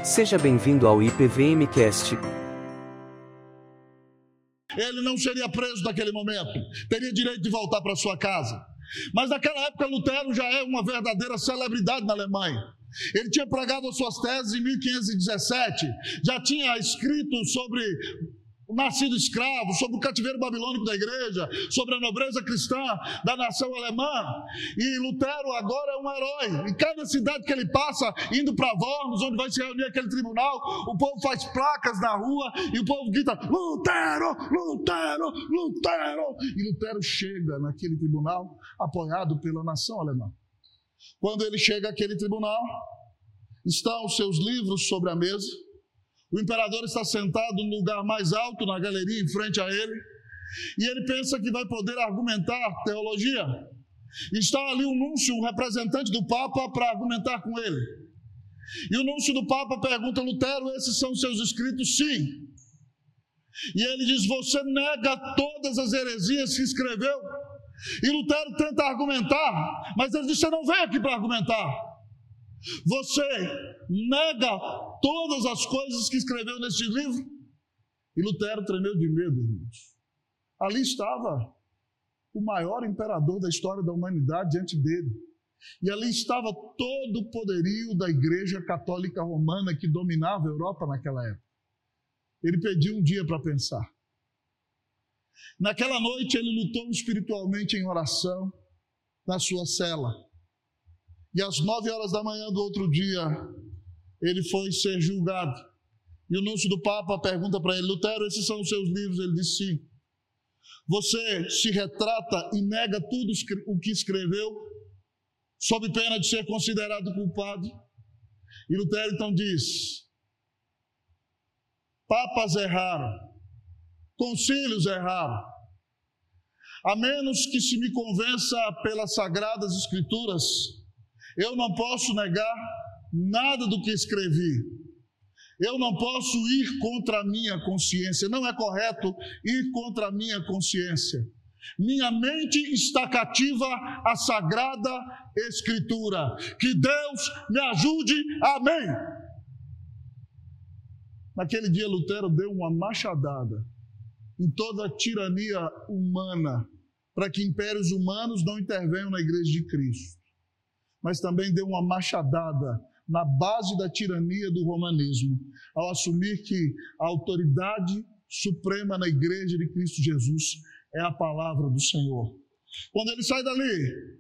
Seja bem-vindo ao IPVMcast. Ele não seria preso naquele momento, teria direito de voltar para sua casa. Mas naquela época Lutero já é uma verdadeira celebridade na Alemanha. Ele tinha pregado as suas teses em 1517, já tinha escrito sobre o nascido escravo, sobre o cativeiro babilônico da igreja, sobre a nobreza cristã da nação alemã. E Lutero agora é um herói. Em cada cidade que ele passa, indo para Worms, onde vai se reunir aquele tribunal, o povo faz placas na rua e o povo grita: Lutero, Lutero, Lutero. E Lutero chega naquele tribunal apoiado pela nação alemã. Quando ele chega àquele tribunal, estão os seus livros sobre a mesa. O imperador está sentado no lugar mais alto, na galeria, em frente a ele, e ele pensa que vai poder argumentar teologia. Está ali um núncio, um representante do Papa, para argumentar com ele. E o núncio do Papa pergunta: Lutero, esses são seus escritos? Sim. E ele diz: você nega todas as heresias que escreveu? E Lutero tenta argumentar, mas ele diz: você não vem aqui para argumentar. Você nega todas as coisas que escreveu neste livro? E Lutero tremeu de medo, irmãos. Ali estava o maior imperador da história da humanidade diante dele. E ali estava todo o poderio da Igreja Católica Romana que dominava a Europa naquela época. Ele pediu um dia para pensar. Naquela noite ele lutou espiritualmente em oração na sua cela. E às 9 horas da manhã do outro dia, ele foi ser julgado. E o núncio do Papa pergunta para ele: Lutero, esses são os seus livros? Ele diz: sim. Você se retrata e nega tudo o que escreveu, sob pena de ser considerado culpado? E Lutero então diz: papas erraram, concílios erraram. A menos que se me convença pelas Sagradas Escrituras, eu não posso negar nada do que escrevi. Eu não posso ir contra a minha consciência. Não é correto ir contra a minha consciência. Minha mente está cativa à Sagrada Escritura. Que Deus me ajude. Amém. Naquele dia Lutero deu uma machadada em toda a tirania humana, para que impérios humanos não intervenham na Igreja de Cristo. Mas também deu uma machadada na base da tirania do romanismo, ao assumir que a autoridade suprema na Igreja de Cristo Jesus é a palavra do Senhor. Quando ele sai dali,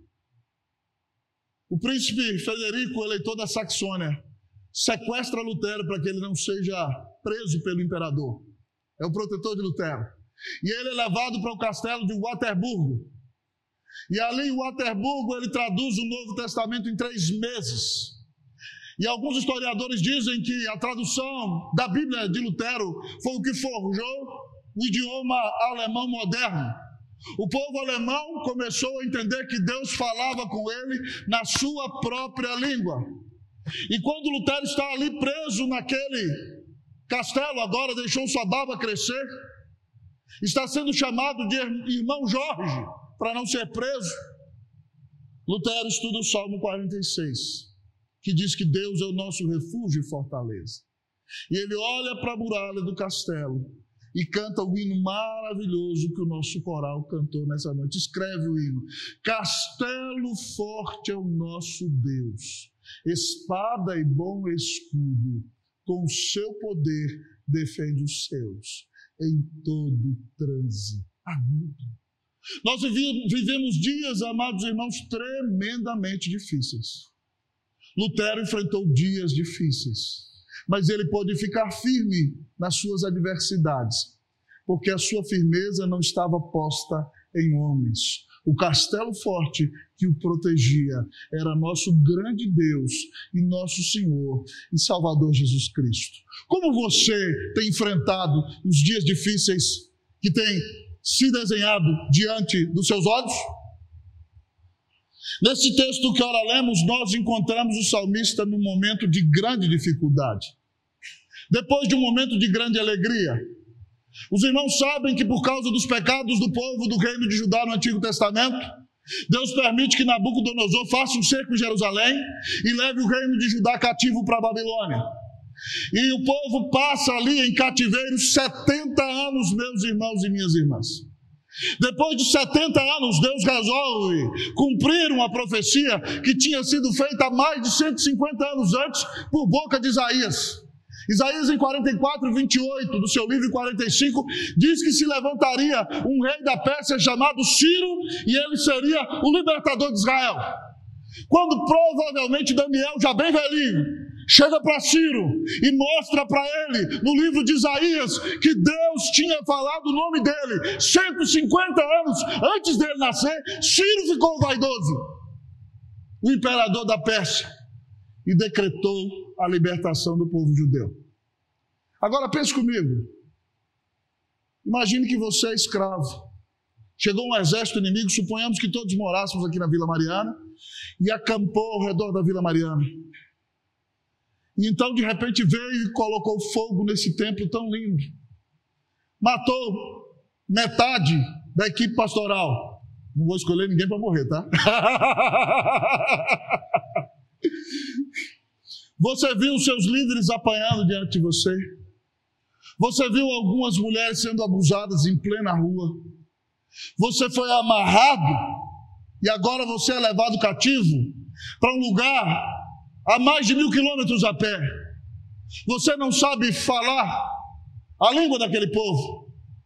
o príncipe Frederico, eleitor da Saxônia, sequestra Lutero para que ele não seja preso pelo imperador. É o protetor de Lutero. E ele é levado para o castelo de Waterburgo. E ali em Waterburgo ele traduz o Novo Testamento em 3 meses. E alguns historiadores dizem que a tradução da Bíblia de Lutero foi o que forjou o idioma alemão moderno. O povo alemão começou a entender que Deus falava com ele na sua própria língua. E quando Lutero está ali preso naquele castelo, agora deixou sua barba crescer, está sendo chamado de irmão Jorge, para não ser preso. Lutero estuda o Salmo 46, que diz que Deus é o nosso refúgio e fortaleza. E ele olha para a muralha do castelo e canta o hino maravilhoso que o nosso coral cantou nessa noite. Escreve o hino: castelo forte é o nosso Deus, espada e bom escudo, com o seu poder defende os seus em todo transe agudo. Nós vivemos dias, amados irmãos, tremendamente difíceis. Lutero enfrentou dias difíceis, mas ele pôde ficar firme nas suas adversidades, porque a sua firmeza não estava posta em homens. O castelo forte que o protegia era nosso grande Deus e nosso Senhor e Salvador Jesus Cristo. Como você tem enfrentado os dias difíceis que têm se desenhado diante dos seus olhos? Nesse texto que ora lemos, nós encontramos o salmista num momento de grande dificuldade, depois de um momento de grande alegria. Os irmãos sabem que por causa dos pecados do povo do reino de Judá no Antigo Testamento, Deus permite que Nabucodonosor faça um cerco em Jerusalém e leve o reino de Judá cativo para a Babilônia. E o povo passa ali em cativeiro 70 anos, meus irmãos e minhas irmãs. Depois de 70 anos, Deus resolve cumprir uma profecia que tinha sido feita há mais de 150 anos antes, por boca de Isaías. Isaías em 44, 28, do seu livro 45, diz que se levantaria um rei da Pérsia chamado Ciro, e ele seria o libertador de Israel. Quando provavelmente Daniel, já bem velhinho, chega para Ciro e mostra para ele, no livro de Isaías, que Deus tinha falado o nome dele 150 anos antes dele nascer, Ciro ficou vaidoso, o imperador da Pérsia, e decretou a libertação do povo judeu. Agora pense comigo, imagine que você é escravo, chegou um exército inimigo, suponhamos que todos morássemos aqui na Vila Mariana, e acampou ao redor da Vila Mariana. E então de repente veio e colocou fogo nesse templo tão lindo, matou metade da equipe pastoral. Não vou escolher ninguém para morrer, tá? Você viu os seus líderes apanhando diante de você? Você viu algumas mulheres sendo abusadas em plena rua? Você foi amarrado e agora você é levado cativo para um lugar a mais de 1.000 quilômetros a pé. Você não sabe falar a língua daquele povo.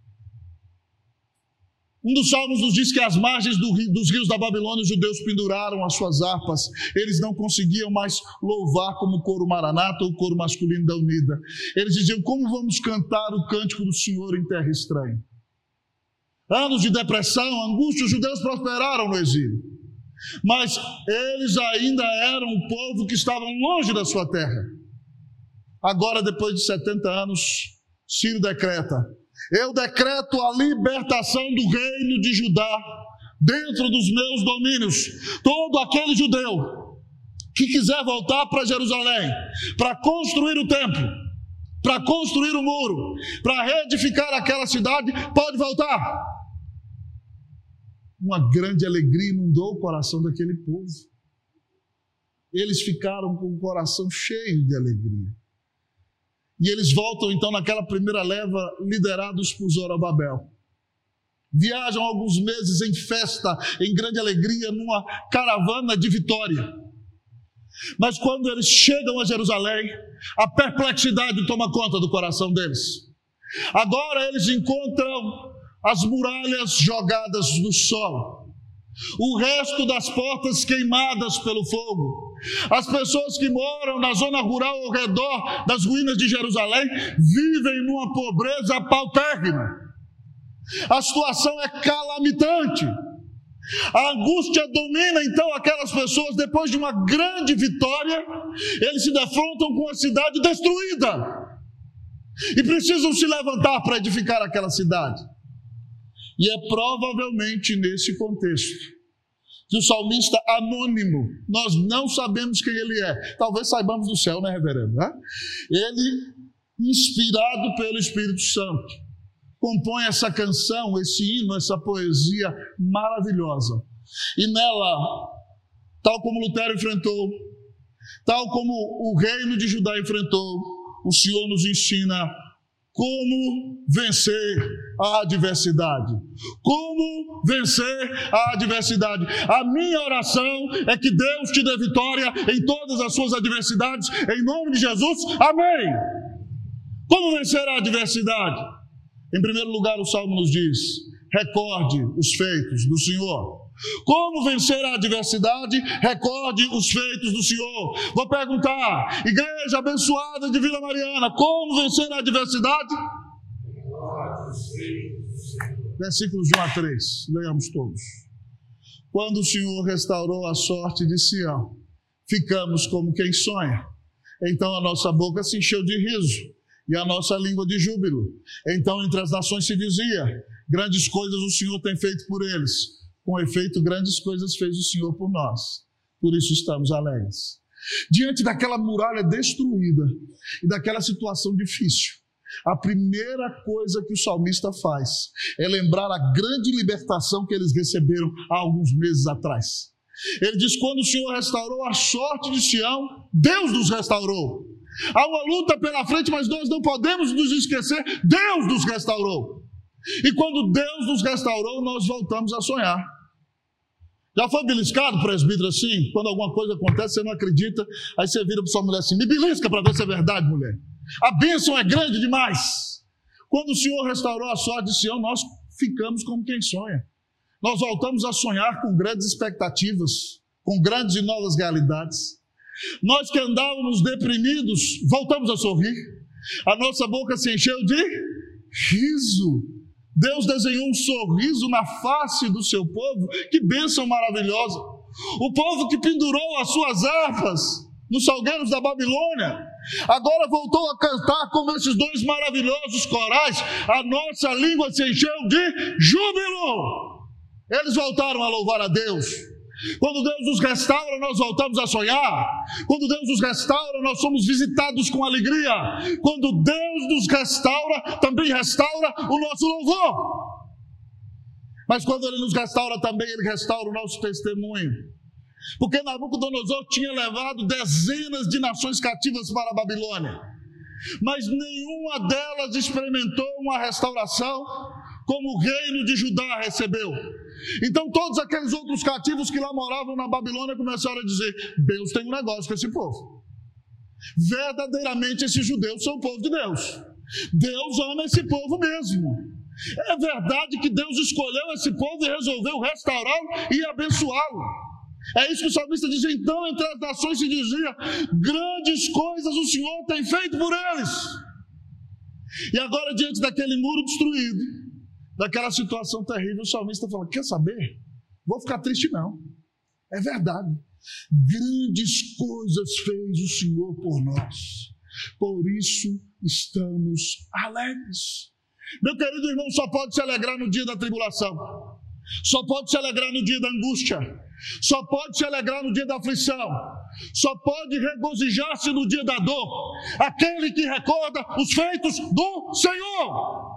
Um dos salmos nos diz que às margens dos rios da Babilônia os judeus penduraram as suas harpas. Eles não conseguiam mais louvar como o coro maranata ou o coro masculino da Unida. Eles diziam: como vamos cantar o cântico do Senhor em terra estranha? Anos de depressão, angústia, os judeus prosperaram no exílio. Mas eles ainda eram um povo que estavam longe da sua terra. Agora, depois de 70 anos, Ciro decreta: eu decreto a libertação do reino de Judá dentro dos meus domínios. Todo aquele judeu que quiser voltar para Jerusalém, para construir o templo, para construir o muro, para reedificar aquela cidade, pode voltar. Uma grande alegria inundou o coração daquele povo. Eles ficaram com o coração cheio de alegria. E eles voltam então naquela primeira leva, liderados por Zorobabel. Viajam alguns meses em festa, em grande alegria, numa caravana de vitória. Mas quando eles chegam a Jerusalém, a perplexidade toma conta do coração deles. Agora eles encontram as muralhas jogadas no sol, o resto das portas queimadas pelo fogo. As pessoas que moram na zona rural ao redor das ruínas de Jerusalém vivem numa pobreza paupérrima. A situação é calamitante. A angústia domina então aquelas pessoas. Depois de uma grande vitória, eles se defrontam com a cidade destruída e precisam se levantar para edificar aquela cidade. E é provavelmente nesse contexto que o salmista anônimo, nós não sabemos quem ele é, talvez saibamos do céu, né, reverendo? Ele, inspirado pelo Espírito Santo, compõe essa canção, esse hino, essa poesia maravilhosa. E nela, tal como Lutero enfrentou, tal como o reino de Judá enfrentou, o Senhor nos ensina como vencer a adversidade. Como vencer a adversidade. A minha oração é que Deus te dê vitória em todas as suas adversidades, em nome de Jesus. Amém! Como vencer a adversidade? Em primeiro lugar, o Salmo nos diz: recorde os feitos do Senhor. Como vencer a adversidade? Recorde os feitos do Senhor. Vou perguntar, igreja abençoada de Vila Mariana, como vencer a adversidade? Versículos de 1 a 3, leiamos todos. Quando o Senhor restaurou a sorte de Sião, ficamos como quem sonha. Então a nossa boca se encheu de riso e a nossa língua de júbilo. Então entre as nações se dizia: grandes coisas o Senhor tem feito por eles. Com efeito, grandes coisas fez o Senhor por nós. Por isso estamos alegres. Diante daquela muralha destruída e daquela situação difícil, a primeira coisa que o salmista faz é lembrar a grande libertação que eles receberam há alguns meses atrás. Ele diz: quando o Senhor restaurou a sorte de Sião, Deus nos restaurou. Há uma luta pela frente, mas nós não podemos nos esquecer, Deus nos restaurou. E quando Deus nos restaurou, nós voltamos a sonhar. Já foi beliscado, presbítero, assim? Quando alguma coisa acontece, você não acredita, aí você vira para sua mulher assim, me belisca para ver se é verdade, mulher. A bênção é grande demais. Quando o Senhor restaurou a sorte de Sião, nós ficamos como quem sonha. Nós voltamos a sonhar com grandes expectativas, com grandes e novas realidades. Nós que andávamos deprimidos, voltamos a sorrir. A nossa boca se encheu de riso. Deus desenhou um sorriso na face do seu povo. Que bênção maravilhosa. O povo que pendurou as suas harpas nos salgueiros da Babilônia, agora voltou a cantar como esses dois maravilhosos corais. A nossa língua se encheu de júbilo. Eles voltaram a louvar a Deus. Quando Deus nos restaura, nós voltamos a sonhar. Quando Deus nos restaura, nós somos visitados com alegria. Quando Deus nos restaura, também restaura o nosso louvor. Mas quando Ele nos restaura também, Ele restaura o nosso testemunho. Porque Nabucodonosor tinha levado dezenas de nações cativas para a Babilônia, mas nenhuma delas experimentou uma restauração como o reino de Judá recebeu. Então todos aqueles outros cativos que lá moravam na Babilônia começaram a dizer, Deus tem um negócio com esse povo. Verdadeiramente esses judeus são o povo de Deus. Deus ama esse povo mesmo. É verdade que Deus escolheu esse povo e resolveu restaurá-lo e abençoá-lo. É isso que o salmista diz. Então entre as nações se dizia, grandes coisas o Senhor tem feito por eles. E agora diante daquele muro destruído, daquela situação terrível, o salmista fala, quer saber? Vou ficar triste não. É verdade. Grandes coisas fez o Senhor por nós. Por isso estamos alegres. Meu querido irmão, só pode se alegrar no dia da tribulação. Só pode se alegrar no dia da angústia. Só pode se alegrar no dia da aflição. Só pode regozijar-se no dia da dor aquele que recorda os feitos do Senhor.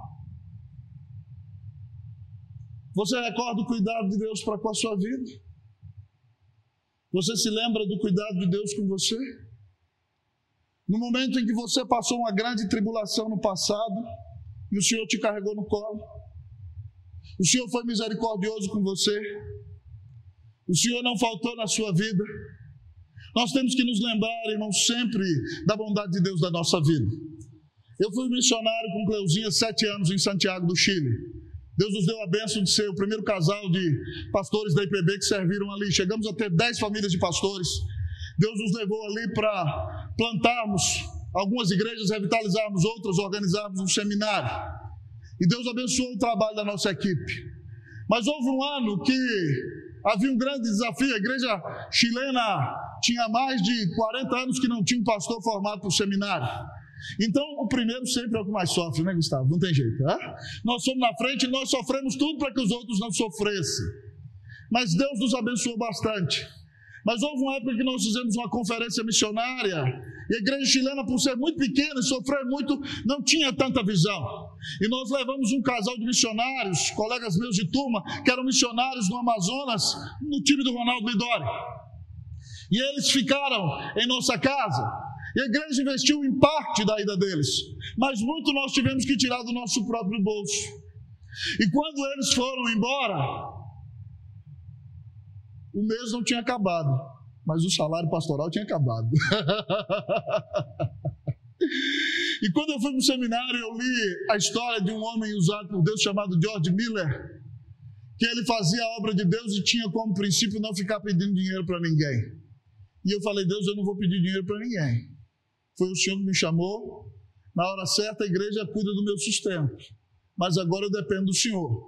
Você recorda o cuidado de Deus para com a sua vida? Você se lembra do cuidado de Deus com você? No momento em que você passou uma grande tribulação no passado e o Senhor te carregou no colo, o Senhor foi misericordioso com você, o Senhor não faltou na sua vida. Nós temos que nos lembrar, irmão, sempre da bondade de Deus da nossa vida. Eu fui missionário com Cleuzinha 7 anos em Santiago do Chile. Deus nos deu a bênção de ser o primeiro casal de pastores da IPB que serviram ali. Chegamos a ter 10 famílias de pastores. Deus nos levou ali para plantarmos algumas igrejas, revitalizarmos outras, organizarmos um seminário. E Deus abençoou o trabalho da nossa equipe. Mas houve um ano que havia um grande desafio. A igreja chilena tinha mais de 40 anos que não tinha um pastor formado para o seminário. Então, o primeiro sempre é o que mais sofre, né, Gustavo? Não tem jeito, né? Nós somos na frente e nós sofremos tudo para que os outros não sofressem. Mas Deus nos abençoou bastante. Mas houve uma época que nós fizemos uma conferência missionária e a igreja chilena, por ser muito pequena e sofrer muito, não tinha tanta visão. E nós levamos um casal de missionários, colegas meus de turma, que eram missionários no Amazonas, no time do Ronaldo Lidori. E eles ficaram em nossa casa. E a igreja investiu em parte da ida deles, mas muito nós tivemos que tirar do nosso próprio bolso. E quando eles foram embora, o mês não tinha acabado, mas o salário pastoral tinha acabado. E quando eu fui para o seminário, eu li a história de um homem usado por Deus chamado George Miller, que ele fazia a obra de Deus e tinha como princípio não ficar pedindo dinheiro para ninguém. E eu falei, Deus, eu não vou pedir dinheiro para ninguém. Foi o Senhor que me chamou. Na hora certa a igreja cuida do meu sustento, mas agora eu dependo do Senhor.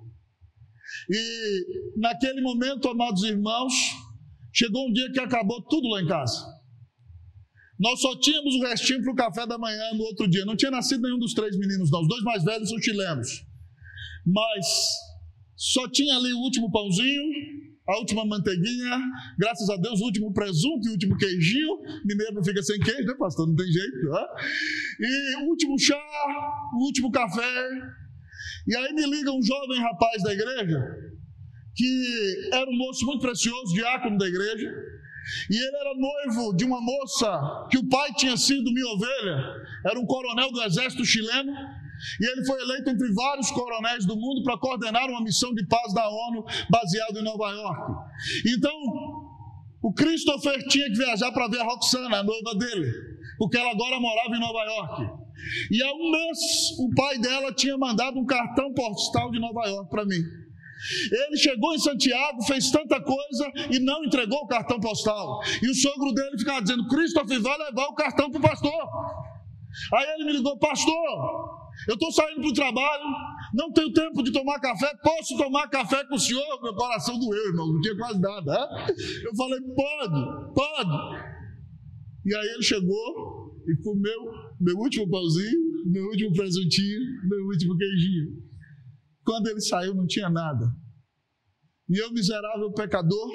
E naquele momento, amados irmãos, chegou um dia que acabou tudo lá em casa. Nós só tínhamos o restinho para o café da manhã no outro dia. Não tinha nascido nenhum dos 3 meninos não. Os 2 mais velhos são chilenos. Mas só tinha ali o último pãozinho, a última manteiguinha, graças a Deus, o último presunto e o último queijinho. Mineiro não fica sem queijo, né, pastor? Não tem jeito, né? E o último chá, o último café. E aí me liga um jovem rapaz da igreja, que era um moço muito precioso, diácono da igreja, E ele era noivo de uma moça que o pai tinha sido minha ovelha. Era um coronel do exército chileno. E ele foi eleito entre vários coronéis do mundo para coordenar uma missão de paz da ONU baseada em Nova York. Então, o Christopher tinha que viajar para ver a Roxana, a noiva dele, porque ela agora morava em Nova York. E há um mês, o pai dela tinha mandado um cartão postal de Nova York para mim. Ele chegou em Santiago, fez tanta coisa e não entregou o cartão postal. E o sogro dele ficava dizendo: Christopher, vai levar o cartão para o pastor. Aí ele me ligou: pastor, eu estou saindo para o trabalho, não tenho tempo de tomar café, posso tomar café com o senhor? Meu coração doeu, irmão, não tinha quase nada. Eu falei: pode. E aí ele chegou e comeu meu último pãozinho, meu último presuntinho, meu último queijinho. Quando ele saiu, não tinha nada. E eu, miserável pecador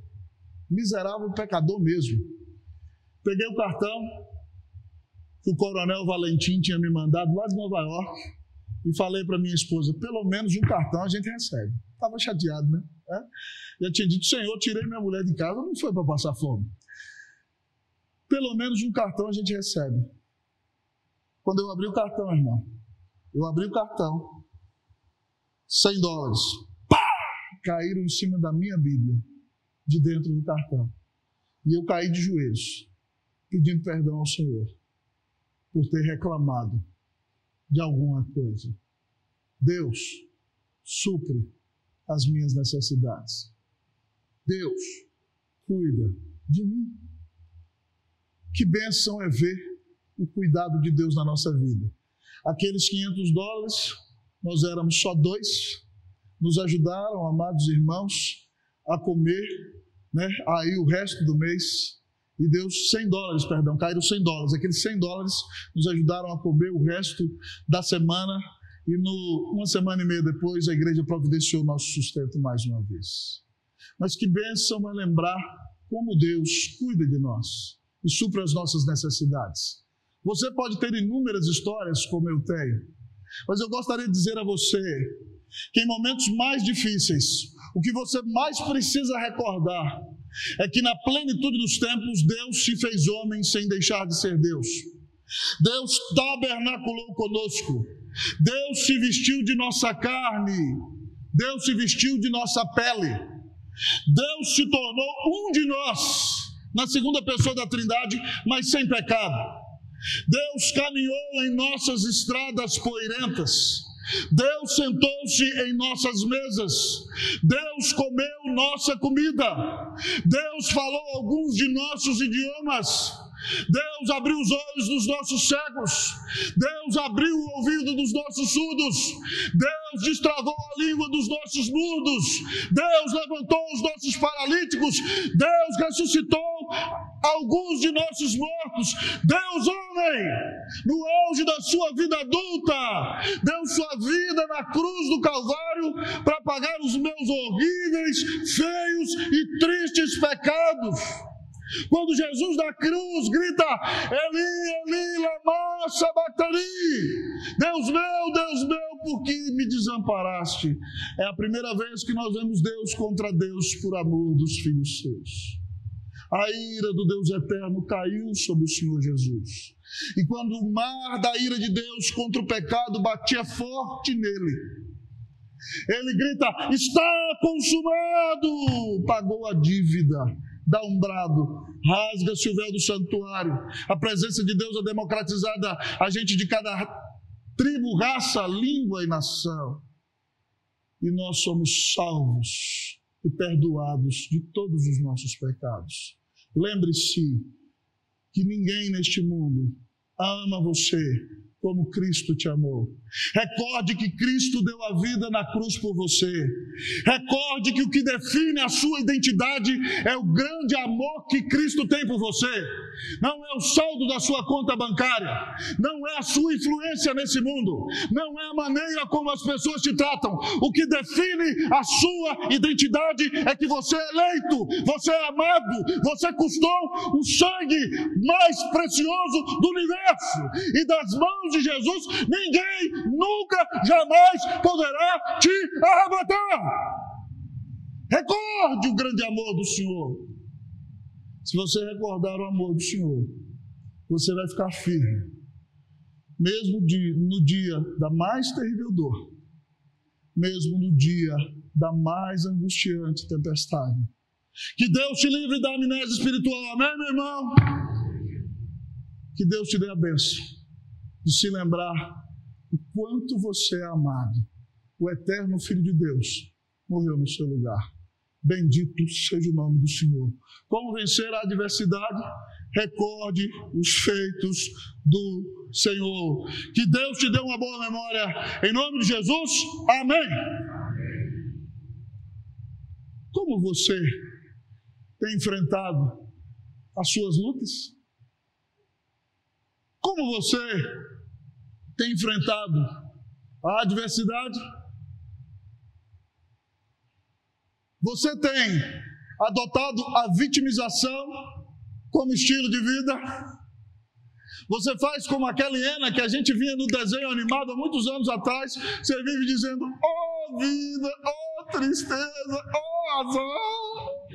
mesmo, peguei o cartão que o coronel Valentim tinha me mandado lá de Nova York e falei para minha esposa: pelo menos um cartão a gente recebe. Estava chateado, né? Já tinha dito: Senhor, tirei minha mulher de casa, não foi para passar fome. Pelo menos um cartão a gente recebe. Quando eu abri o cartão, irmão, $100, pá, caíram em cima da minha Bíblia, de dentro do cartão. E eu caí de joelhos, pedindo perdão ao Senhor por ter reclamado de alguma coisa. Deus supre as minhas necessidades. Deus cuida de mim. Que bênção é ver o cuidado de Deus na nossa vida. Aqueles $500, nós éramos só 2, nos ajudaram, amados irmãos, a comer, né? Aí o resto do mês, e deu $100, caíram $100. Aqueles $100 nos ajudaram a comer o resto da semana, e uma semana e meia depois a igreja providenciou o nosso sustento mais uma vez. Mas que bênção é lembrar como Deus cuida de nós e supre as nossas necessidades. Você pode ter inúmeras histórias como eu tenho, mas eu gostaria de dizer a você que em momentos mais difíceis, o que você mais precisa recordar é que na plenitude dos tempos, Deus se fez homem sem deixar de ser Deus. Deus tabernaculou conosco. Deus se vestiu de nossa carne. Deus se vestiu de nossa pele. Deus se tornou um de nós, na segunda pessoa da Trindade, mas sem pecado. Deus caminhou em nossas estradas poeirentas. Deus sentou-se em nossas mesas. Deus comeu nossa comida. Deus falou alguns de nossos idiomas. Deus abriu os olhos dos nossos cegos. Deus abriu o ouvido dos nossos surdos. Deus destravou a língua dos nossos mudos. Deus levantou os nossos paralíticos. Deus ressuscitou alguns de nossos mortos. Deus, homem, no auge da sua vida adulta, deu sua vida na cruz do Calvário para pagar os meus horríveis, feios e tristes pecados. Quando Jesus da cruz grita: Eli, Eli, lama sabachthani, Deus meu, por que me desamparaste? É a primeira vez que nós vemos Deus contra Deus por amor dos filhos seus. A ira do Deus eterno caiu sobre o Senhor Jesus. E quando o mar da ira de Deus contra o pecado batia forte nele, ele grita: está consumado! Pagou a dívida, dá um brado, rasga-se o véu do santuário. A presença de Deus é democratizada a gente de cada tribo, raça, língua e nação. E nós somos salvos e perdoados de todos os nossos pecados. Lembre-se que ninguém neste mundo ama você como Cristo te amou. Recorde que Cristo deu a vida na cruz por você. Recorde que o que define a sua identidade é o grande amor que Cristo tem por você. Não é o saldo da sua conta bancária, não é a sua influência nesse mundo, não é a maneira como as pessoas te tratam. O que define a sua identidade é que você é eleito, você é amado, você custou o sangue mais precioso do universo, e das mãos de Jesus ninguém nunca, jamais poderá te arrebatar. Recorde o grande amor do Senhor. Se você recordar o amor do Senhor, você vai ficar firme, mesmo no dia da mais terrível dor, mesmo no dia da mais angustiante tempestade. Que Deus te livre da amnésia espiritual, amém, meu irmão? Que Deus te dê a bênção de se lembrar o quanto você é amado. O eterno Filho de Deus morreu no seu lugar. Bendito seja o nome do Senhor. Como vencer a adversidade? Recorde os feitos do Senhor. Que Deus te dê uma boa memória. Em nome de Jesus, amém. Como você tem enfrentado as suas lutas? Como você tem enfrentado a adversidade? Você tem adotado a vitimização como estilo de vida? Você faz como aquela hiena que a gente via no desenho animado há muitos anos atrás. Você vive dizendo: oh vida, oh tristeza, oh azar.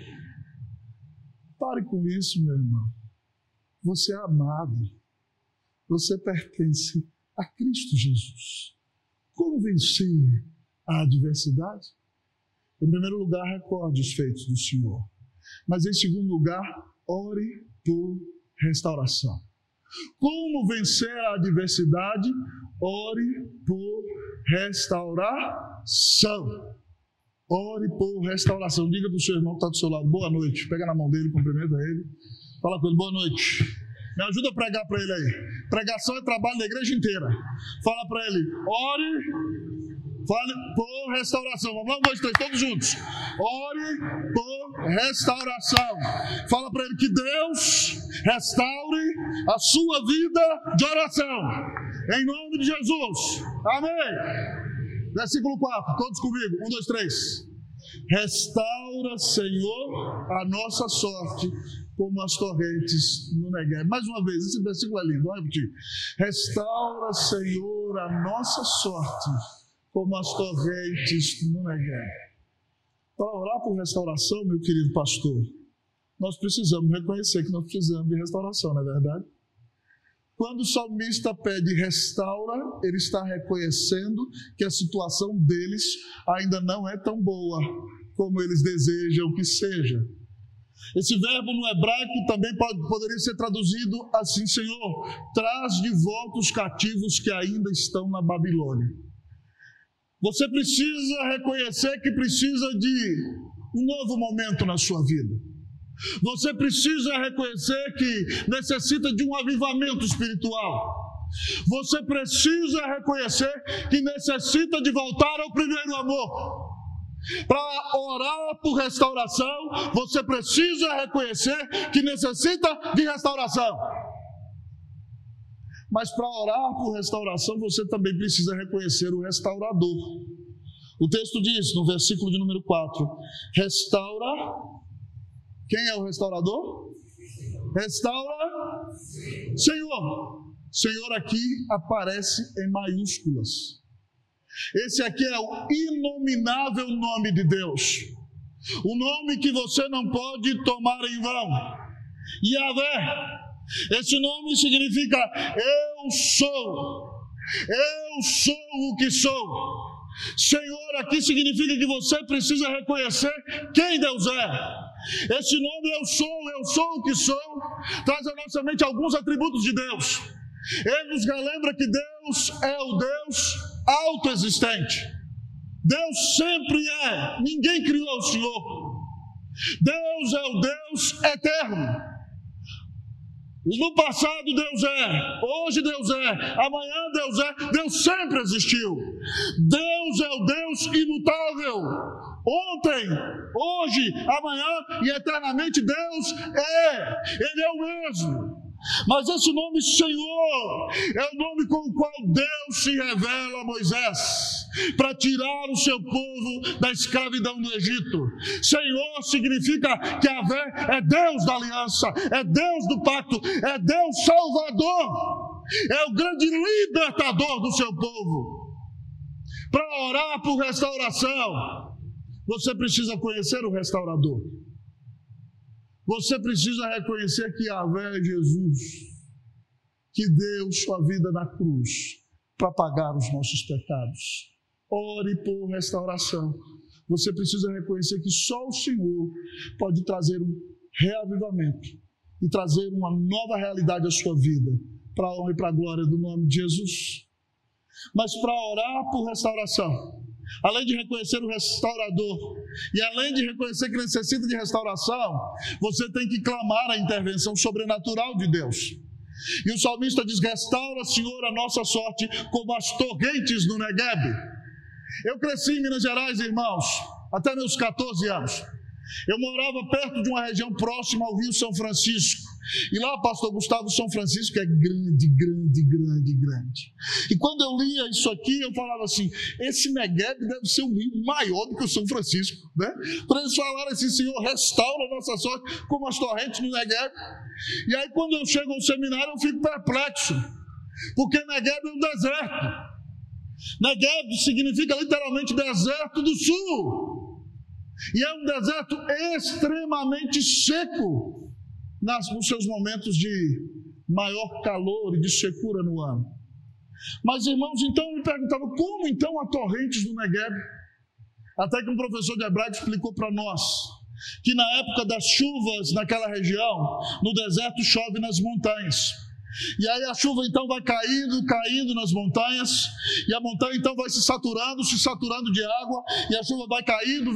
Pare com isso, meu irmão. Você é amado. Você pertence a Cristo Jesus. Como vencer a adversidade? Em primeiro lugar, recorde os feitos do Senhor. Mas em segundo lugar, ore por restauração. Como vencer a adversidade? Ore por restauração. Ore por restauração. Diga para o seu irmão que está do seu lado: boa noite. Pega na mão dele, cumprimenta ele. Fala com ele: boa noite. Me ajuda a pregar para ele aí. Pregação é trabalho da igreja inteira. Fala para ele: ore, fale por restauração. Vamos lá, 1, 2, 3, todos juntos. Ore por restauração. Fala para ele que Deus restaure a sua vida de oração. Em nome de Jesus. Amém. Versículo 4, todos comigo. 1, 2, 3. Restaura, Senhor, a nossa sorte como as torrentes no Negueb. Mais uma vez, esse versículo é lindo, vamos repetir. Restaura, Senhor, a nossa sorte como as torrentes no Negueb. Para orar por restauração, meu querido pastor, nós precisamos reconhecer que nós precisamos de restauração, não é verdade? Quando o salmista pede restaura, ele está reconhecendo que a situação deles ainda não é tão boa como eles desejam que seja. Esse verbo no hebraico também poderia ser traduzido assim: Senhor, traz de volta os cativos que ainda estão na Babilônia. Você precisa reconhecer que precisa de um novo momento na sua vida. Você precisa reconhecer que necessita de um avivamento espiritual. Você precisa reconhecer que necessita de voltar ao primeiro amor. Para orar por restauração, você precisa reconhecer que necessita de restauração. Mas para orar por restauração, você também precisa reconhecer o restaurador. O texto diz, no versículo de número 4, restaura. Quem é o restaurador? Restaura Senhor. Senhor aqui aparece em maiúsculas. Esse aqui é o inominável nome de Deus. O nome que você não pode tomar em vão. Yahvé. Esse nome significa eu sou. Eu sou o que sou. Senhor aqui significa que você precisa reconhecer quem Deus é. Esse nome eu sou o que sou, traz à nossa mente alguns atributos de Deus. Ele nos relembra que Deus é o Deus autoexistente. Deus sempre é, ninguém criou o Senhor. Deus é o Deus eterno. No passado Deus é, hoje Deus é, amanhã Deus é, Deus sempre existiu. Deus é o Deus imutável. Ontem, hoje, amanhã e eternamente Deus é. Ele é o mesmo. Mas esse nome Senhor é o nome com o qual Deus se revela a Moisés para tirar o seu povo da escravidão do Egito. Senhor significa que Yahvé é Deus da aliança, é Deus do pacto, é Deus salvador, é o grande libertador do seu povo. Para orar por restauração, você precisa conhecer o restaurador. Você precisa reconhecer que Yahvé é Jesus, que deu sua vida na cruz para pagar os nossos pecados. Ore por restauração. Você precisa reconhecer que só o Senhor pode trazer um reavivamento e trazer uma nova realidade à sua vida, para a honra e para a glória do nome de Jesus. Mas para orar por restauração, além de reconhecer o restaurador e além de reconhecer que necessita de restauração, você tem que clamar a intervenção sobrenatural de Deus. E o salmista diz: restaura, Senhor, a nossa sorte como as torrentes no Negueb. Eu cresci em Minas Gerais, irmãos, até meus 14 anos. Eu morava perto de uma região próxima ao Rio São Francisco. E lá, pastor Gustavo, São Francisco é grande. E quando eu lia isso aqui, eu falava assim: esse Negueb deve ser um rio maior do que o São Francisco, né? Para eles falarem assim: Senhor, restaura a nossa sorte como as torrentes no Negueb. E aí, quando eu chego ao seminário, eu fico perplexo, porque Negueb é um deserto. Negueb significa literalmente deserto do sul. E é um deserto extremamente seco nos seus momentos de maior calor e de secura no ano. Mas, irmãos, então eu me perguntava: como então há torrentes do Negueb? Até que um professor de hebraico explicou para nós que na época das chuvas naquela região, no deserto chove nas montanhas. E aí a chuva então vai caindo nas montanhas, e a montanha então vai se saturando de água, e a chuva vai caindo,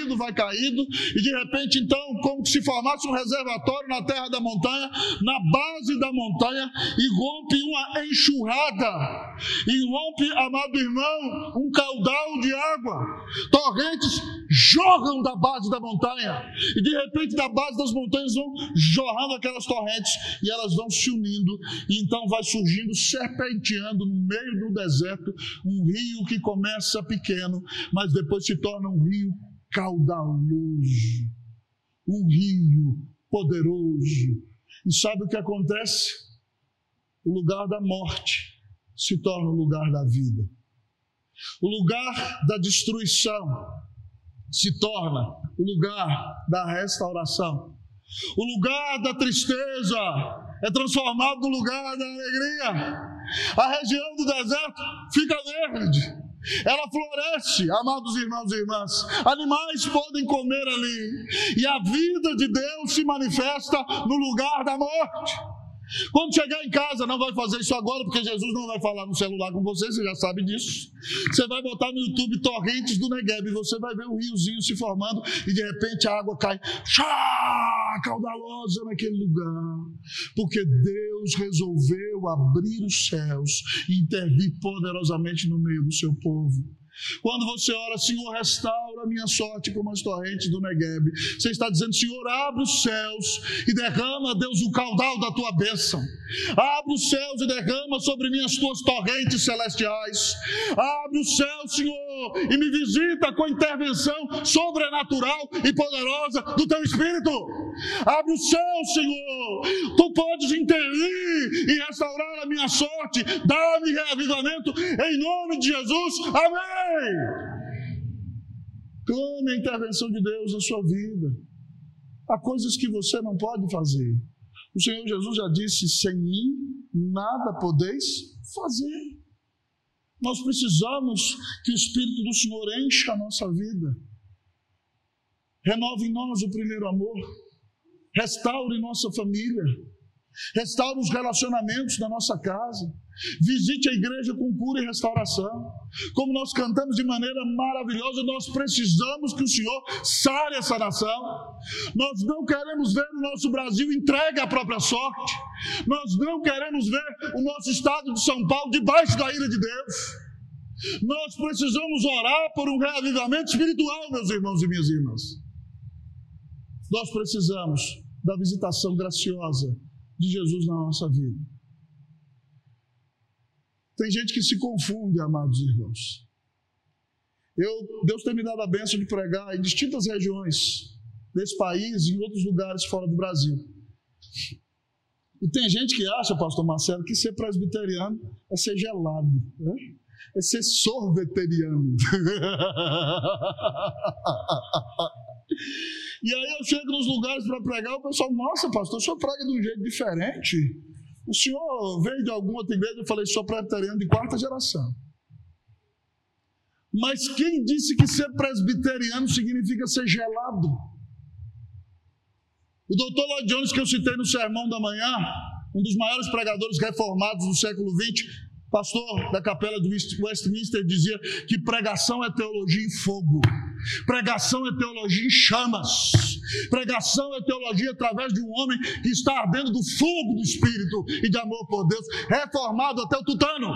e de repente então, como se formasse um reservatório na terra da montanha, na base da montanha, e rompe uma enxurrada, e rompe, amado irmão, um caudal de água. Torrentes jorram da base da montanha, e de repente da base das montanhas vão jorrando aquelas torrentes, e elas vão se unindo. E então vai surgindo, serpenteando no meio do deserto, um rio que começa pequeno, mas depois se torna um rio caudaloso, um rio poderoso. E sabe o que acontece? O lugar da morte se torna o lugar da vida. O lugar da destruição se torna o lugar da restauração. O lugar da tristeza é transformado no lugar da alegria. A região do deserto fica verde, ela floresce, amados irmãos e irmãs. Animais podem comer ali, e a vida de Deus se manifesta no lugar da morte. Quando chegar em casa, não vai fazer isso agora, porque Jesus não vai falar no celular com você já sabe disso. Você vai botar no YouTube torrentes do Negueb, e você vai ver um riozinho se formando, e de repente a água cai caudalosa naquele lugar, porque Deus resolveu abrir os céus e intervir poderosamente no meio do seu povo. Quando você ora: Senhor, restaura a minha sorte como as torrentes do Negueb, você está dizendo: Senhor, abre os céus e derrama, Deus, o caudal da tua bênção. Abre os céus e derrama sobre mim as tuas torrentes celestiais. Abre os céus, Senhor, e me visita com a intervenção sobrenatural e poderosa do teu Espírito. Abre os céus, Senhor, tu podes intervir e restaurar a minha sorte. Dá-me reavivamento em nome de Jesus. Amém. Clame a intervenção de Deus na sua vida. Há coisas que você não pode fazer. O Senhor Jesus já disse: sem mim nada podeis fazer. Nós precisamos que o Espírito do Senhor encha a nossa vida, renove em nós o primeiro amor, restaure nossa família, restaure os relacionamentos da nossa casa, visite a igreja com cura e restauração. Como nós cantamos de maneira maravilhosa, nós precisamos que o Senhor sare essa nação. Nós não queremos ver o nosso Brasil entregue à própria sorte. Nós não queremos ver o nosso estado de São Paulo debaixo da ira de Deus. Nós precisamos orar por um reavivamento espiritual, meus irmãos e minhas irmãs. Nós precisamos da visitação graciosa de Jesus na nossa vida. Tem gente que se confunde, amados irmãos. Deus tem me dado a bênção de pregar em distintas regiões desse país e em outros lugares fora do Brasil. E tem gente que acha, pastor Marcelo, que ser presbiteriano é ser gelado, né? É ser sorveteriano. E aí eu chego nos lugares para pregar, o pessoal, nossa, pastor, o senhor prega de um jeito diferente. O senhor veio de alguma outra igreja? Eu falei, sou presbiteriano de 4ª geração. Mas quem disse que ser presbiteriano significa ser gelado? O doutor Lloyd Jones, que eu citei no sermão da manhã, um dos maiores pregadores reformados do século XX, pastor da capela de Westminster, dizia que pregação é teologia em fogo, pregação é teologia em chamas, pregação é teologia através de um homem que está ardendo do fogo do Espírito e de amor por Deus, reformado até o tutano.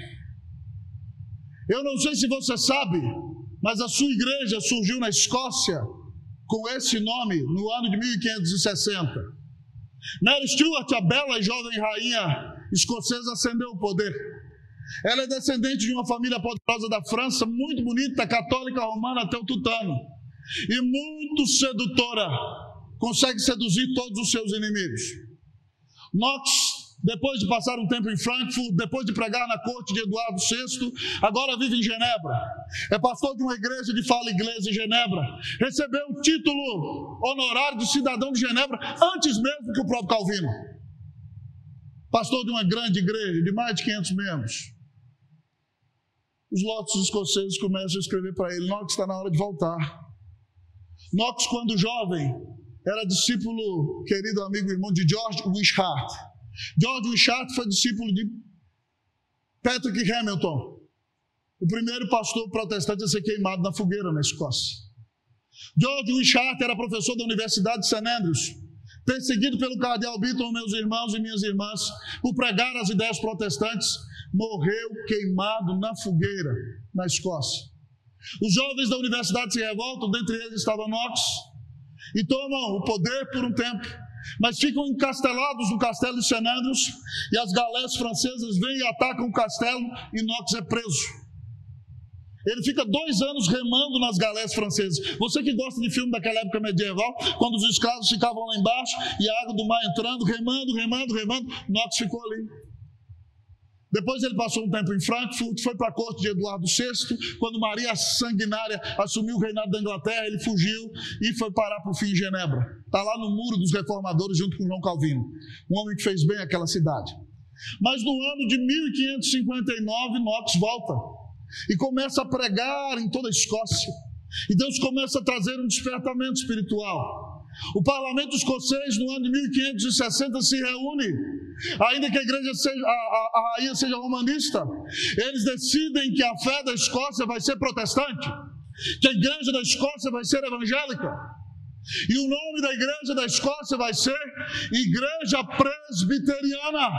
Eu não sei se você sabe, mas a sua igreja surgiu na Escócia com esse nome no ano de 1560. Mary Stuart, a bela e jovem rainha escocesa, ascendeu ao poder. Ela é descendente de uma família poderosa da França, muito bonita, católica romana até o tutano, e muito sedutora, consegue seduzir todos os seus inimigos. Knox, depois de passar um tempo em Frankfurt, depois de pregar na corte de Eduardo VI, agora vive em Genebra. É pastor de uma igreja de fala inglesa em Genebra. Recebeu o título honorário de cidadão de Genebra antes mesmo que o próprio Calvino. Pastor de uma grande igreja de mais de 500 membros. Os lotos escoceses começam a escrever para ele: Knox, está na hora de voltar. Knox, quando jovem, era discípulo, querido amigo e irmão de George Wishart. George Wishart foi discípulo de Patrick Hamilton, o primeiro pastor protestante a ser queimado na fogueira na Escócia. George Wishart era professor da Universidade de St. Andrews, perseguido pelo cardeal Beaton, meus irmãos e minhas irmãs, por pregar as ideias protestantes, morreu queimado na fogueira na Escócia. Os jovens da universidade se revoltam, dentre eles estava Knox, e tomam o poder por um tempo, mas ficam encastelados no castelo de St. Andrews, e as galés francesas vêm e atacam o castelo, e Knox é preso. Ele fica 2 anos remando nas galés francesas. Você que gosta de filme daquela época medieval, quando os escravos ficavam lá embaixo e a água do mar entrando, remando, Knox ficou ali. Depois ele passou um tempo em Frankfurt, foi para a corte de Eduardo VI. Quando Maria Sanguinária assumiu o reinado da Inglaterra, ele fugiu e foi parar por fim em Genebra. Está lá no muro dos reformadores junto com João Calvino, um homem que fez bem àquela cidade. Mas no ano de 1559, Knox volta e começa a pregar em toda a Escócia. E Deus começa a trazer um despertamento espiritual. O parlamento escocês, no ano de 1560, se reúne. Ainda que a igreja seja, a rainha seja romanista, eles decidem que a fé da Escócia vai ser protestante, que a igreja da Escócia vai ser evangélica. E o nome da igreja da Escócia vai ser Igreja Presbiteriana.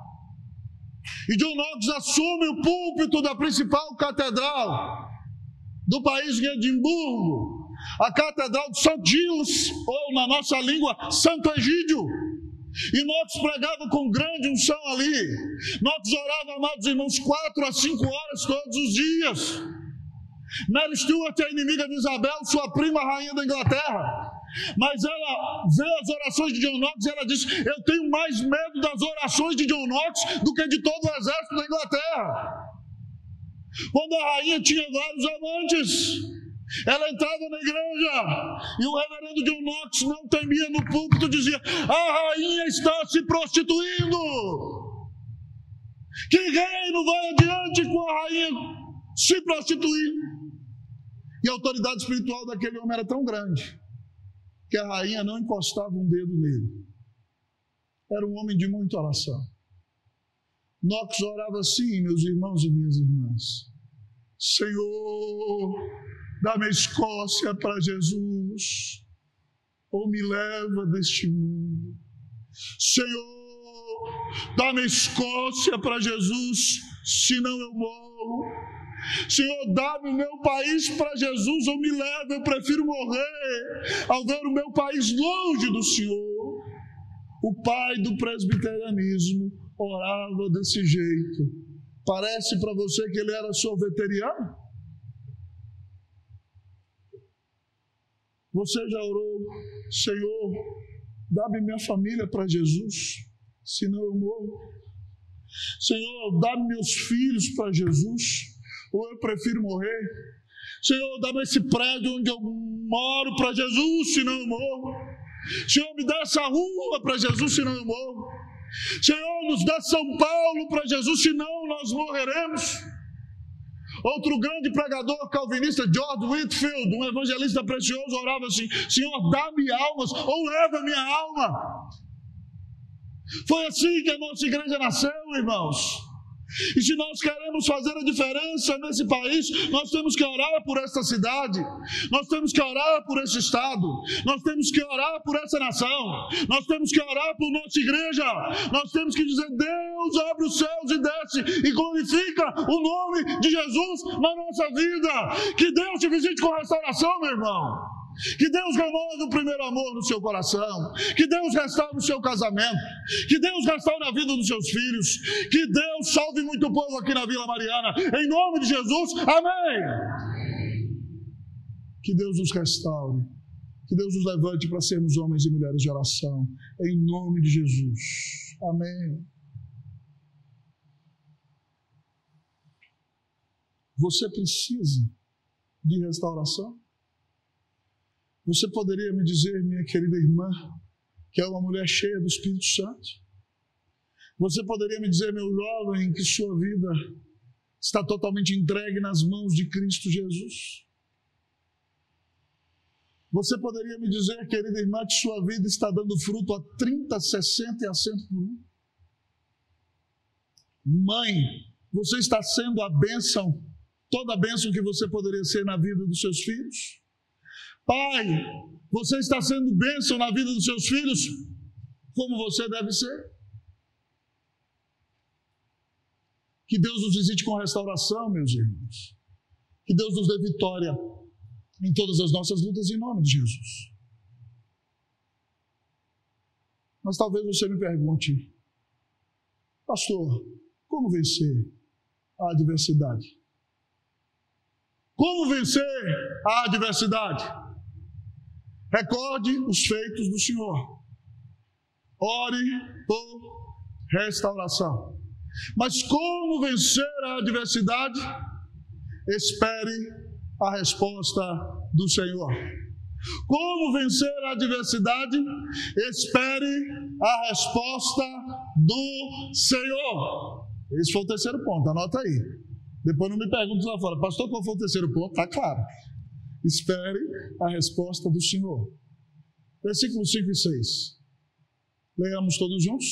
E John Knox assume o púlpito da principal catedral do país de Edimburgo, a Catedral de St. Giles, ou na nossa língua, Santo Egídio. E Knox pregava com grande unção ali. Knox orava, amados irmãos, 4 a 5 horas todos os dias. Mary Stuart é inimiga de Isabel, sua prima rainha da Inglaterra. Mas ela vê as orações de John Knox e ela diz: eu tenho mais medo das orações de John Knox do que de todo o exército da Inglaterra. Quando a rainha tinha vários amantes, ela entrava na igreja e o reverendo John Knox não temia no púlpito, dizia: a rainha está se prostituindo. Que reino vai adiante com a rainha se prostituindo? E a autoridade espiritual daquele homem era tão grande que a rainha não encostava um dedo nele. Era um homem de muita oração. Knox orava assim, meus irmãos e minhas irmãs: Senhor, dá-me a Escócia para Jesus, ou me leva deste mundo. Senhor, dá-me a Escócia para Jesus, senão eu morro. Senhor, dá-me o meu país para Jesus, ou me leva, eu prefiro morrer ao ver o meu país longe do Senhor. O pai do presbiterianismo orava desse jeito. Parece para você que ele era sorveteriano? Você já orou: Senhor, dá-me minha família para Jesus, senão eu morro. Senhor, dá-me meus filhos para Jesus, ou eu prefiro morrer. Senhor, dá-me esse prédio onde eu moro para Jesus, senão eu morro. Senhor, me dá essa rua para Jesus, senão eu morro. Senhor, nos dá São Paulo para Jesus, senão nós morreremos. Outro grande pregador calvinista, George Whitefield, um evangelista precioso, orava assim: Senhor, dá-me almas ou leva minha alma. Foi assim que a nossa igreja nasceu, irmãos. E se nós queremos fazer a diferença nesse país, nós temos que orar por essa cidade, nós temos que orar por esse estado, nós temos que orar por essa nação, nós temos que orar por nossa igreja, nós temos que dizer: Deus, abre os céus e desce e glorifica o nome de Jesus na nossa vida. Que Deus te visite com restauração, meu irmão. Que Deus renove o primeiro amor no seu coração. Que Deus restaure o seu casamento. Que Deus restaure a vida dos seus filhos. Que Deus salve muito povo aqui na Vila Mariana. Em nome de Jesus, amém. Que Deus nos restaure. Que Deus nos levante para sermos homens e mulheres de oração. Em nome de Jesus, amém. Você precisa de restauração? Você poderia me dizer, minha querida irmã, que é uma mulher cheia do Espírito Santo? Você poderia me dizer, meu jovem, que sua vida está totalmente entregue nas mãos de Cristo Jesus? Você poderia me dizer, querida irmã, que sua vida está dando fruto a 30, 60 e a 100 por 1? Mãe, você está sendo a bênção, toda a bênção que você poderia ser na vida dos seus filhos? Pai, você está sendo bênção na vida dos seus filhos, como você deve ser? Que Deus nos visite com restauração, meus irmãos. Que Deus nos dê vitória em todas as nossas lutas, em nome de Jesus. Mas talvez você me pergunte: pastor, como vencer a adversidade? Como vencer a adversidade? Recorde os feitos do Senhor. Ore por restauração. Mas como vencer a adversidade? Espere a resposta do Senhor. Como vencer a adversidade? Espere a resposta do Senhor. Esse foi o terceiro ponto, anota aí. Depois não me pergunte lá fora: pastor, qual foi o terceiro ponto? Está claro. Espere a resposta do Senhor. Versículos 5 e 6. Leamos todos juntos.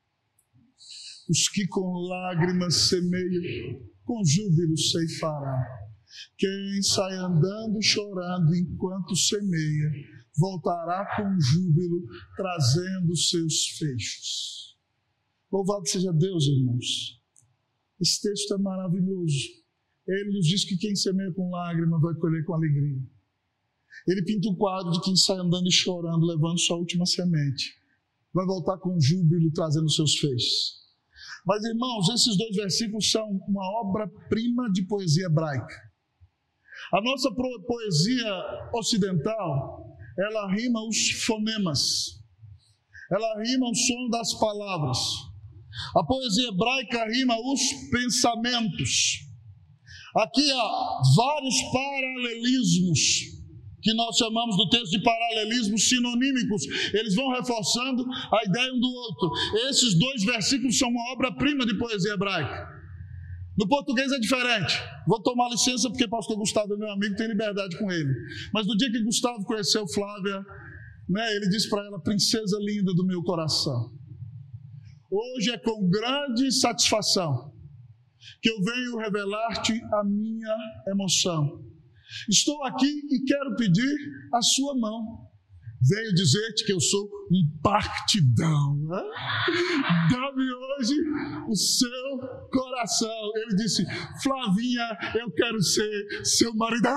Os que com lágrimas semeiam, com júbilo ceifará. Quem sai andando e chorando enquanto semeia, voltará com júbilo, trazendo seus feixes. Louvado seja Deus, irmãos. Esse texto é maravilhoso. Ele nos diz que quem semeia com lágrima vai colher com alegria. Ele pinta o quadro de quem sai andando e chorando, levando sua última semente. Vai voltar com júbilo, trazendo seus feixes. Mas, irmãos, esses dois versículos são uma obra-prima de poesia hebraica. A nossa poesia ocidental, ela rima os fonemas. Ela rima o som das palavras. A poesia hebraica rima os pensamentos. Aqui há vários paralelismos, que nós chamamos do texto de paralelismos sinonímicos. Eles vão reforçando a ideia um do outro. Esses dois versículos são uma obra-prima de poesia hebraica. No português é diferente. Vou tomar licença porque pastor Gustavo é meu amigo, tem liberdade com ele. Mas no dia que Gustavo conheceu Flávia, ele disse para ela: princesa linda do meu coração, hoje é com grande satisfação que eu venho revelar-te a minha emoção. Estou aqui e quero pedir a sua mão. Venho dizer-te que eu sou um partidão. Né? Dá-me hoje o seu coração. Ele disse: Flavinha, eu quero ser seu maridão.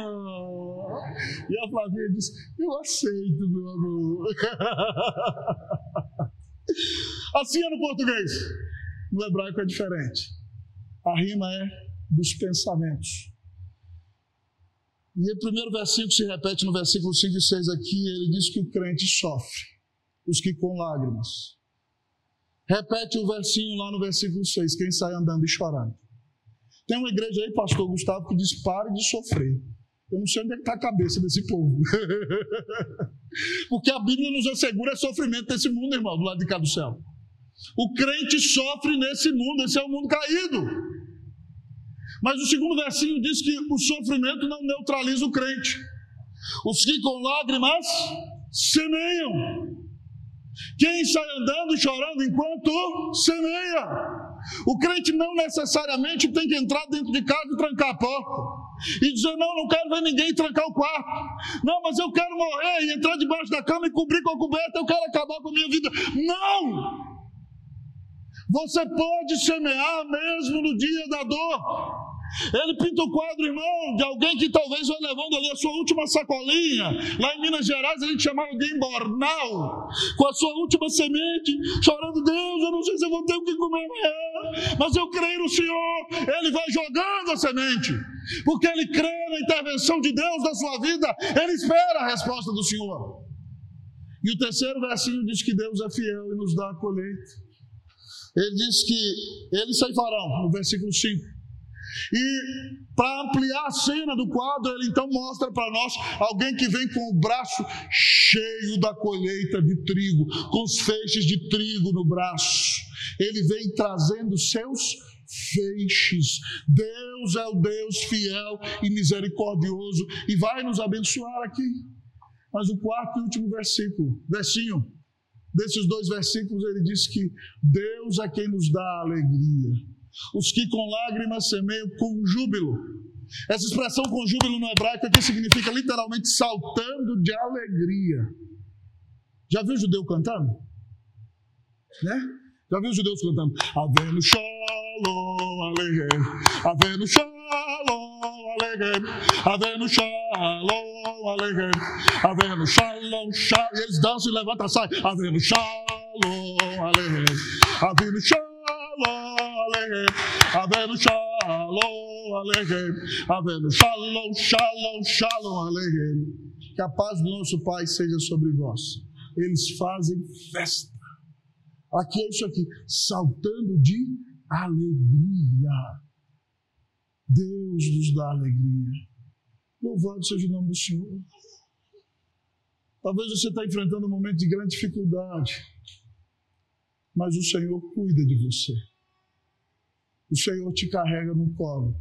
E a Flavinha disse: eu aceito, meu amor. Assim é no português. No hebraico é diferente. A rima é dos pensamentos. E o primeiro versículo se repete no versículo 5 e 6 aqui. Ele diz que o crente sofre, os que com lágrimas. Repete o versinho lá no versículo 6, quem sai andando e chorando. Tem uma igreja aí, pastor Gustavo, que diz: pare de sofrer. Eu não sei onde é que está a cabeça desse povo. Porque a Bíblia nos assegura sofrimento desse mundo, irmão, do lado de cá do céu. O crente sofre nesse mundo, esse é o mundo caído. Mas o segundo versinho diz que o sofrimento não neutraliza o crente. Os que com lágrimas semeiam. Quem sai andando e chorando enquanto semeia? O crente não necessariamente tem que entrar dentro de casa e trancar a porta e dizer: não quero ver ninguém trancar o quarto. Não, mas eu quero morrer e entrar debaixo da cama e cobrir com a coberta. Eu quero acabar com a minha vida. Não! Você pode semear mesmo no dia da dor. Ele pinta o quadro, irmão, de alguém que talvez vai levando ali a sua última sacolinha. Lá em Minas Gerais a gente chamava de embornal, com a sua última semente, chorando: Deus, eu não sei se eu vou ter o que comer amanhã, mas eu creio no Senhor. Ele vai jogando a semente, porque ele crê na intervenção de Deus na sua vida. Ele espera a resposta do Senhor. E o terceiro versinho diz que Deus é fiel e nos dá a colheita. Ele diz que eles ceifarão, no versículo 5. E para ampliar a cena do quadro, ele então mostra para nós alguém que vem com o braço cheio da colheita de trigo, com os feixes de trigo no braço. Ele vem trazendo seus feixes. Deus é o Deus fiel e misericordioso e vai nos abençoar aqui. Mas o quarto e último versinho desses 2 versículos, ele diz que Deus é quem nos dá alegria. Os que com lágrimas semeiam com júbilo. Essa expressão com júbilo no hebraico aqui significa literalmente saltando de alegria. Já viu o judeu cantando? Né? Já viu os judeus cantando? Avenu shalom aleichem, Avenu shalom aleichem, Avenu shalom aleichem, Avenu shalom shalom. E eles dançam e levantam a saia. Avenu shalom aleichem, Avenu shalom aleichem, Avenu shalom aleichem, Avenu shalom shalom shalom aleichem. Que a paz do nosso Pai seja sobre vós. Eles fazem festa. Aqui é isso aqui, saltando de alegria. Deus nos dá alegria. Louvado seja o nome do Senhor. Talvez você está enfrentando um momento de grande dificuldade, mas o Senhor cuida de você. O Senhor te carrega no colo.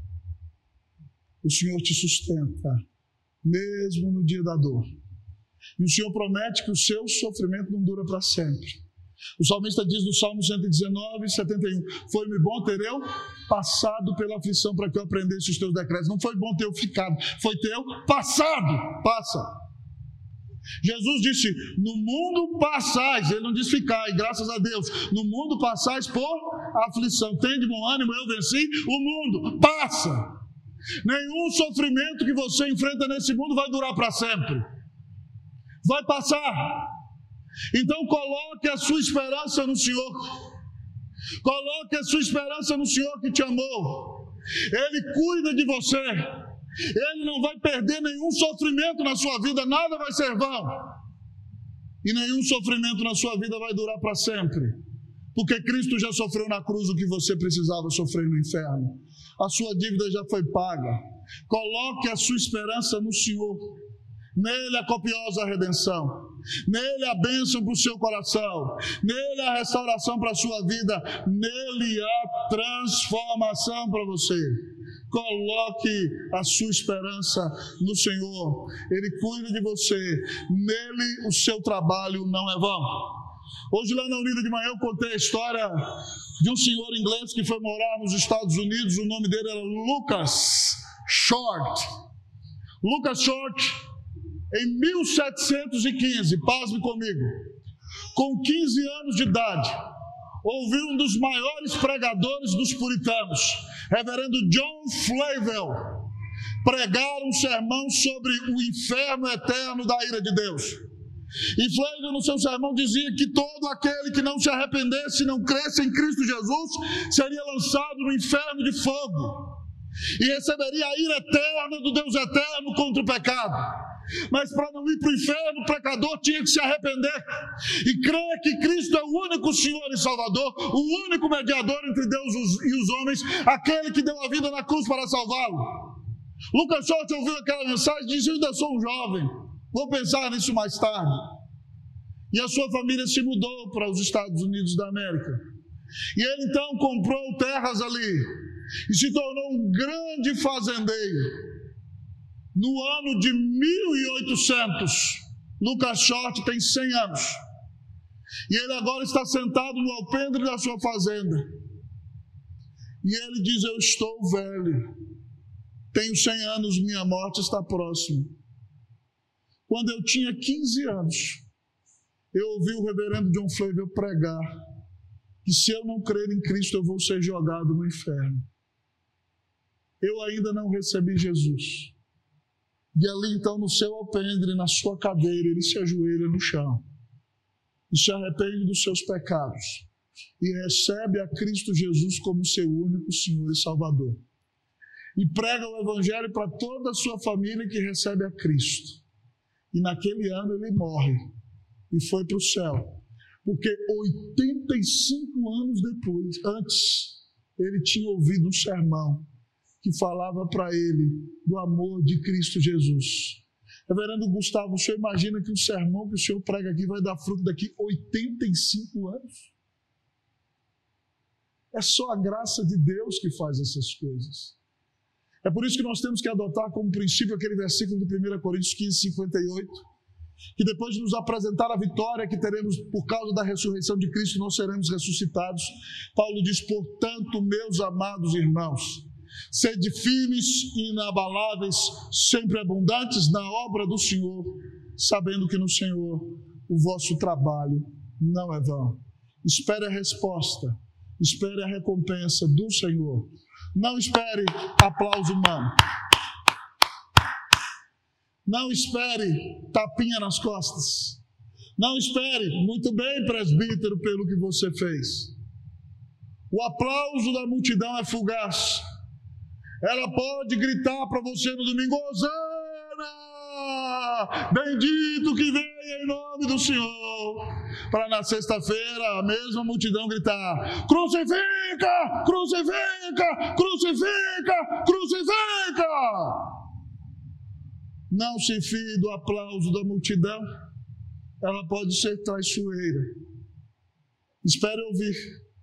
O Senhor te sustenta, mesmo no dia da dor. E o Senhor promete que o seu sofrimento não dura para sempre. O salmista diz no Salmo 119, 71: foi-me bom ter eu passado pela aflição para que eu aprendesse os teus decretos. Não foi bom ter eu ficado, foi ter eu passado. Passa. Jesus disse: no mundo passais, ele não diz ficar, e graças a Deus, no mundo passais por aflição. Tem de bom ânimo, eu venci o mundo. Passa. Nenhum sofrimento que você enfrenta nesse mundo vai durar para sempre. Vai passar. Então coloque a sua esperança no Senhor. Coloque a sua esperança no Senhor que te amou. Ele cuida de você. Ele não vai perder nenhum sofrimento na sua vida. Nada vai ser vão. E nenhum sofrimento na sua vida vai durar para sempre. Porque Cristo já sofreu na cruz o que você precisava sofrer no inferno. A sua dívida já foi paga. Coloque a sua esperança no Senhor. Nele a copiosa redenção, nele a bênção para o seu coração, nele a restauração para a sua vida, nele a transformação para você. Coloque a sua esperança no Senhor. Ele cuida de você. Nele o seu trabalho não é vão. Hoje lá na Unida de Manhã eu contei a história de um senhor inglês que foi morar nos Estados Unidos. O nome dele era Lucas Short. Lucas Short, em 1715, pasme comigo, com 15 anos de idade, ouviu um dos maiores pregadores dos puritanos, reverendo John Flavel, pregar um sermão sobre o inferno eterno da ira de Deus. E Flavel, no seu sermão, dizia que todo aquele que não se arrependesse e não cresce em Cristo Jesus seria lançado no inferno de fogo e receberia a ira eterna do Deus eterno contra o pecado. Mas para não ir para o inferno, o pecador tinha que se arrepender e crer que Cristo é o único Senhor e Salvador, o único mediador entre Deus e os homens, aquele que deu a vida na cruz para salvá-lo. Lucas Short ouviu aquela mensagem e disse: eu ainda sou um jovem, vou pensar nisso mais tarde. E a sua família se mudou para os Estados Unidos da América. E ele então comprou terras ali e se tornou um grande fazendeiro. No ano de 1800, Lucas Short tem 100 anos. E ele agora está sentado no alpendre da sua fazenda. E ele diz: eu estou velho, tenho 100 anos, minha morte está próxima. Quando eu tinha 15 anos, eu ouvi o reverendo John Flavel pregar que se eu não crer em Cristo, eu vou ser jogado no inferno. Eu ainda não recebi Jesus. E ali então, no seu alpendre, na sua cadeira, ele se ajoelha no chão e se arrepende dos seus pecados e recebe a Cristo Jesus como seu único Senhor e Salvador. E prega o Evangelho para toda a sua família que recebe a Cristo. E naquele ano ele morre e foi para o céu. Porque 85 anos depois, antes, ele tinha ouvido um sermão que falava para ele do amor de Cristo Jesus. Reverendo Gustavo, o senhor imagina que o sermão que o senhor prega aqui vai dar fruto daqui 85 anos? É só a graça de Deus que faz essas coisas. É por isso que nós temos que adotar como princípio aquele versículo de 1 Coríntios 15, 58, que depois de nos apresentar a vitória que teremos por causa da ressurreição de Cristo, nós seremos ressuscitados. Paulo diz: portanto, meus amados irmãos, sede firmes e inabaláveis, sempre abundantes na obra do Senhor, sabendo que no Senhor o vosso trabalho não é vão. Espere a resposta, espere a recompensa do Senhor. Não espere aplauso humano. Não espere tapinha nas costas. Não espere, muito bem, presbítero, pelo que você fez. O aplauso da multidão é fugaz. Ela pode gritar para você no domingo: Hosana! Bendito que veio em nome do Senhor. Para na sexta-feira a mesma multidão gritar: crucifica, crucifica, crucifica, crucifica. Não se fie do aplauso da multidão. Ela pode ser traiçoeira. Espere ouvir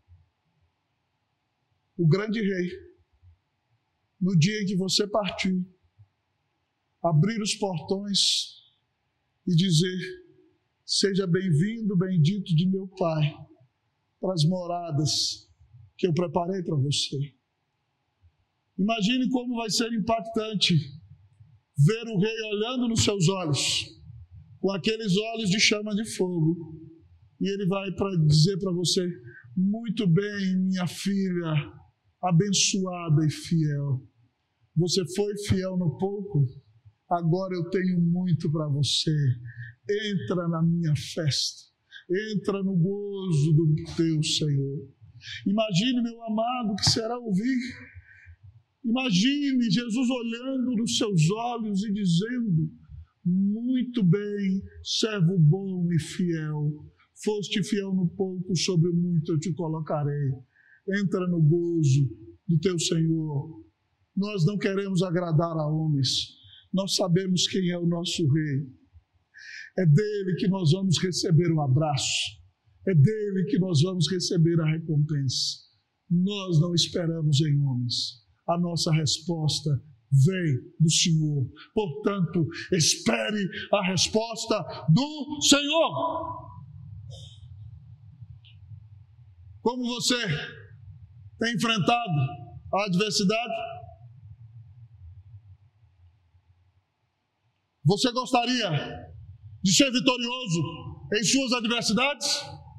o grande rei, no dia em que você partir, abrir os portões e dizer: seja bem-vindo, bendito de meu Pai, para as moradas que eu preparei para você. Imagine como vai ser impactante ver o rei olhando nos seus olhos, com aqueles olhos de chama de fogo, e ele vai dizer para você: muito bem, minha filha, abençoada e fiel. Você foi fiel no pouco, agora eu tenho muito para você. Entra na minha festa, entra no gozo do teu Senhor. Imagine, meu amado, que será ouvir. Imagine Jesus olhando nos seus olhos e dizendo: muito bem, servo bom e fiel. Foste fiel no pouco, sobre o muito eu te colocarei. Entra no gozo do teu Senhor. Nós não queremos agradar a homens. Nós sabemos quem é o nosso rei. É dele que nós vamos receber um abraço. É dele que nós vamos receber a recompensa. Nós não esperamos em homens. A nossa resposta vem do Senhor. Portanto, espere a resposta do Senhor. Como você tem enfrentado a adversidade? Você gostaria de ser vitorioso em suas adversidades?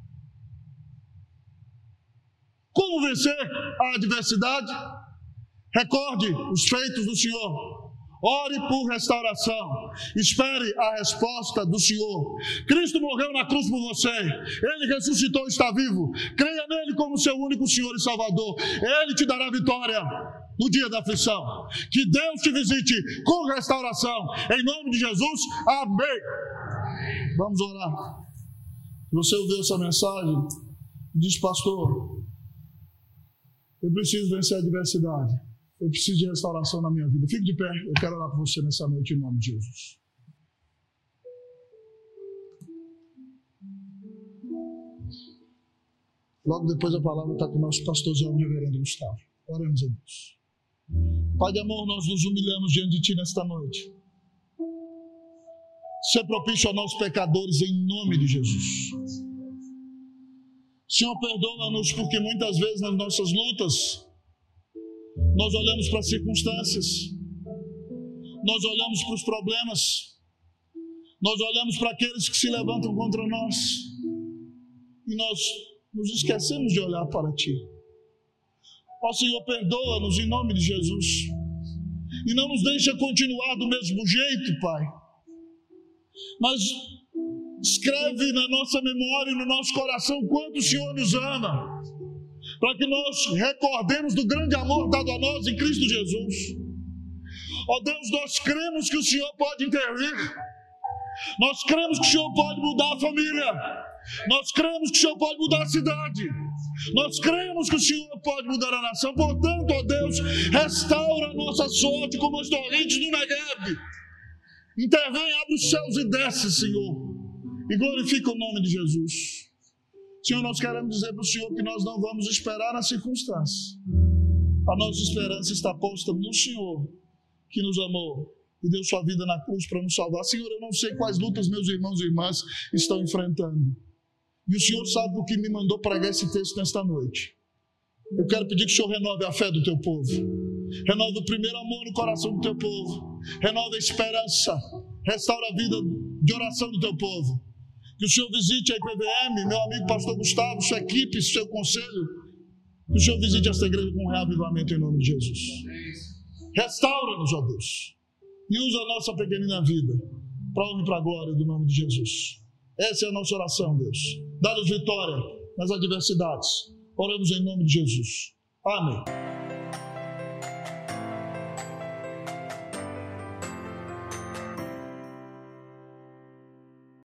Como vencer a adversidade? Recorde os feitos do Senhor. Ore por restauração. Espere a resposta do Senhor. Cristo morreu na cruz por você. Ele ressuscitou e está vivo. Creia nele como seu único Senhor e Salvador. Ele te dará vitória. no dia da aflição. Que Deus te visite com restauração. Em nome de Jesus, amém. Vamos orar. Se você ouviu essa mensagem, diz: pastor, eu preciso vencer a adversidade. Eu preciso de restauração na minha vida. Fique de pé, eu quero orar por você nessa noite em nome de Jesus. Logo depois da palavra está com o nosso pastorzão, o reverendo Gustavo. Oremos a Deus. Pai de amor, nós nos humilhamos diante de Ti nesta noite. Ser propício a nós pecadores em nome de Jesus. Senhor, perdoa-nos porque muitas vezes nas nossas lutas nós olhamos para as circunstâncias, nós olhamos para os problemas, nós olhamos para aqueles que se levantam contra nós e nós nos esquecemos de olhar para Ti. Ó Senhor, perdoa-nos em nome de Jesus e não nos deixa continuar do mesmo jeito, Pai, mas escreve na nossa memória e no nosso coração quanto o Senhor nos ama, para que nós recordemos do grande amor dado a nós em Cristo Jesus. Ó Deus, nós cremos que o Senhor pode intervir, nós cremos que o Senhor pode mudar a família, nós cremos que o Senhor pode mudar a cidade, nós cremos que o Senhor pode mudar a nação. Portanto, ó Deus, restaura a nossa sorte como as torrentes do Negueb. Intervém, abre os céus e desce, Senhor, e glorifica o nome de Jesus. Senhor, nós queremos dizer para o Senhor que nós não vamos esperar nas circunstâncias. A nossa esperança está posta no Senhor, que nos amou e deu sua vida na cruz para nos salvar. Senhor, eu não sei quais lutas meus irmãos e irmãs estão enfrentando, e o Senhor sabe o que me mandou pregar esse texto nesta noite. Eu quero pedir que o Senhor renove a fé do Teu povo, renove o primeiro amor no coração do Teu povo, renove a esperança, restaura a vida de oração do Teu povo. Que o Senhor visite a IPVM, meu amigo pastor Gustavo, sua equipe, seu conselho. Que o Senhor visite esta igreja com um reavivamento em nome de Jesus. Restaura-nos, ó Deus, e usa a nossa pequenina vida para a honra e para a glória do nome de Jesus. Essa é a nossa oração, Deus. Dá-nos vitória nas adversidades. Oramos em nome de Jesus. Amém.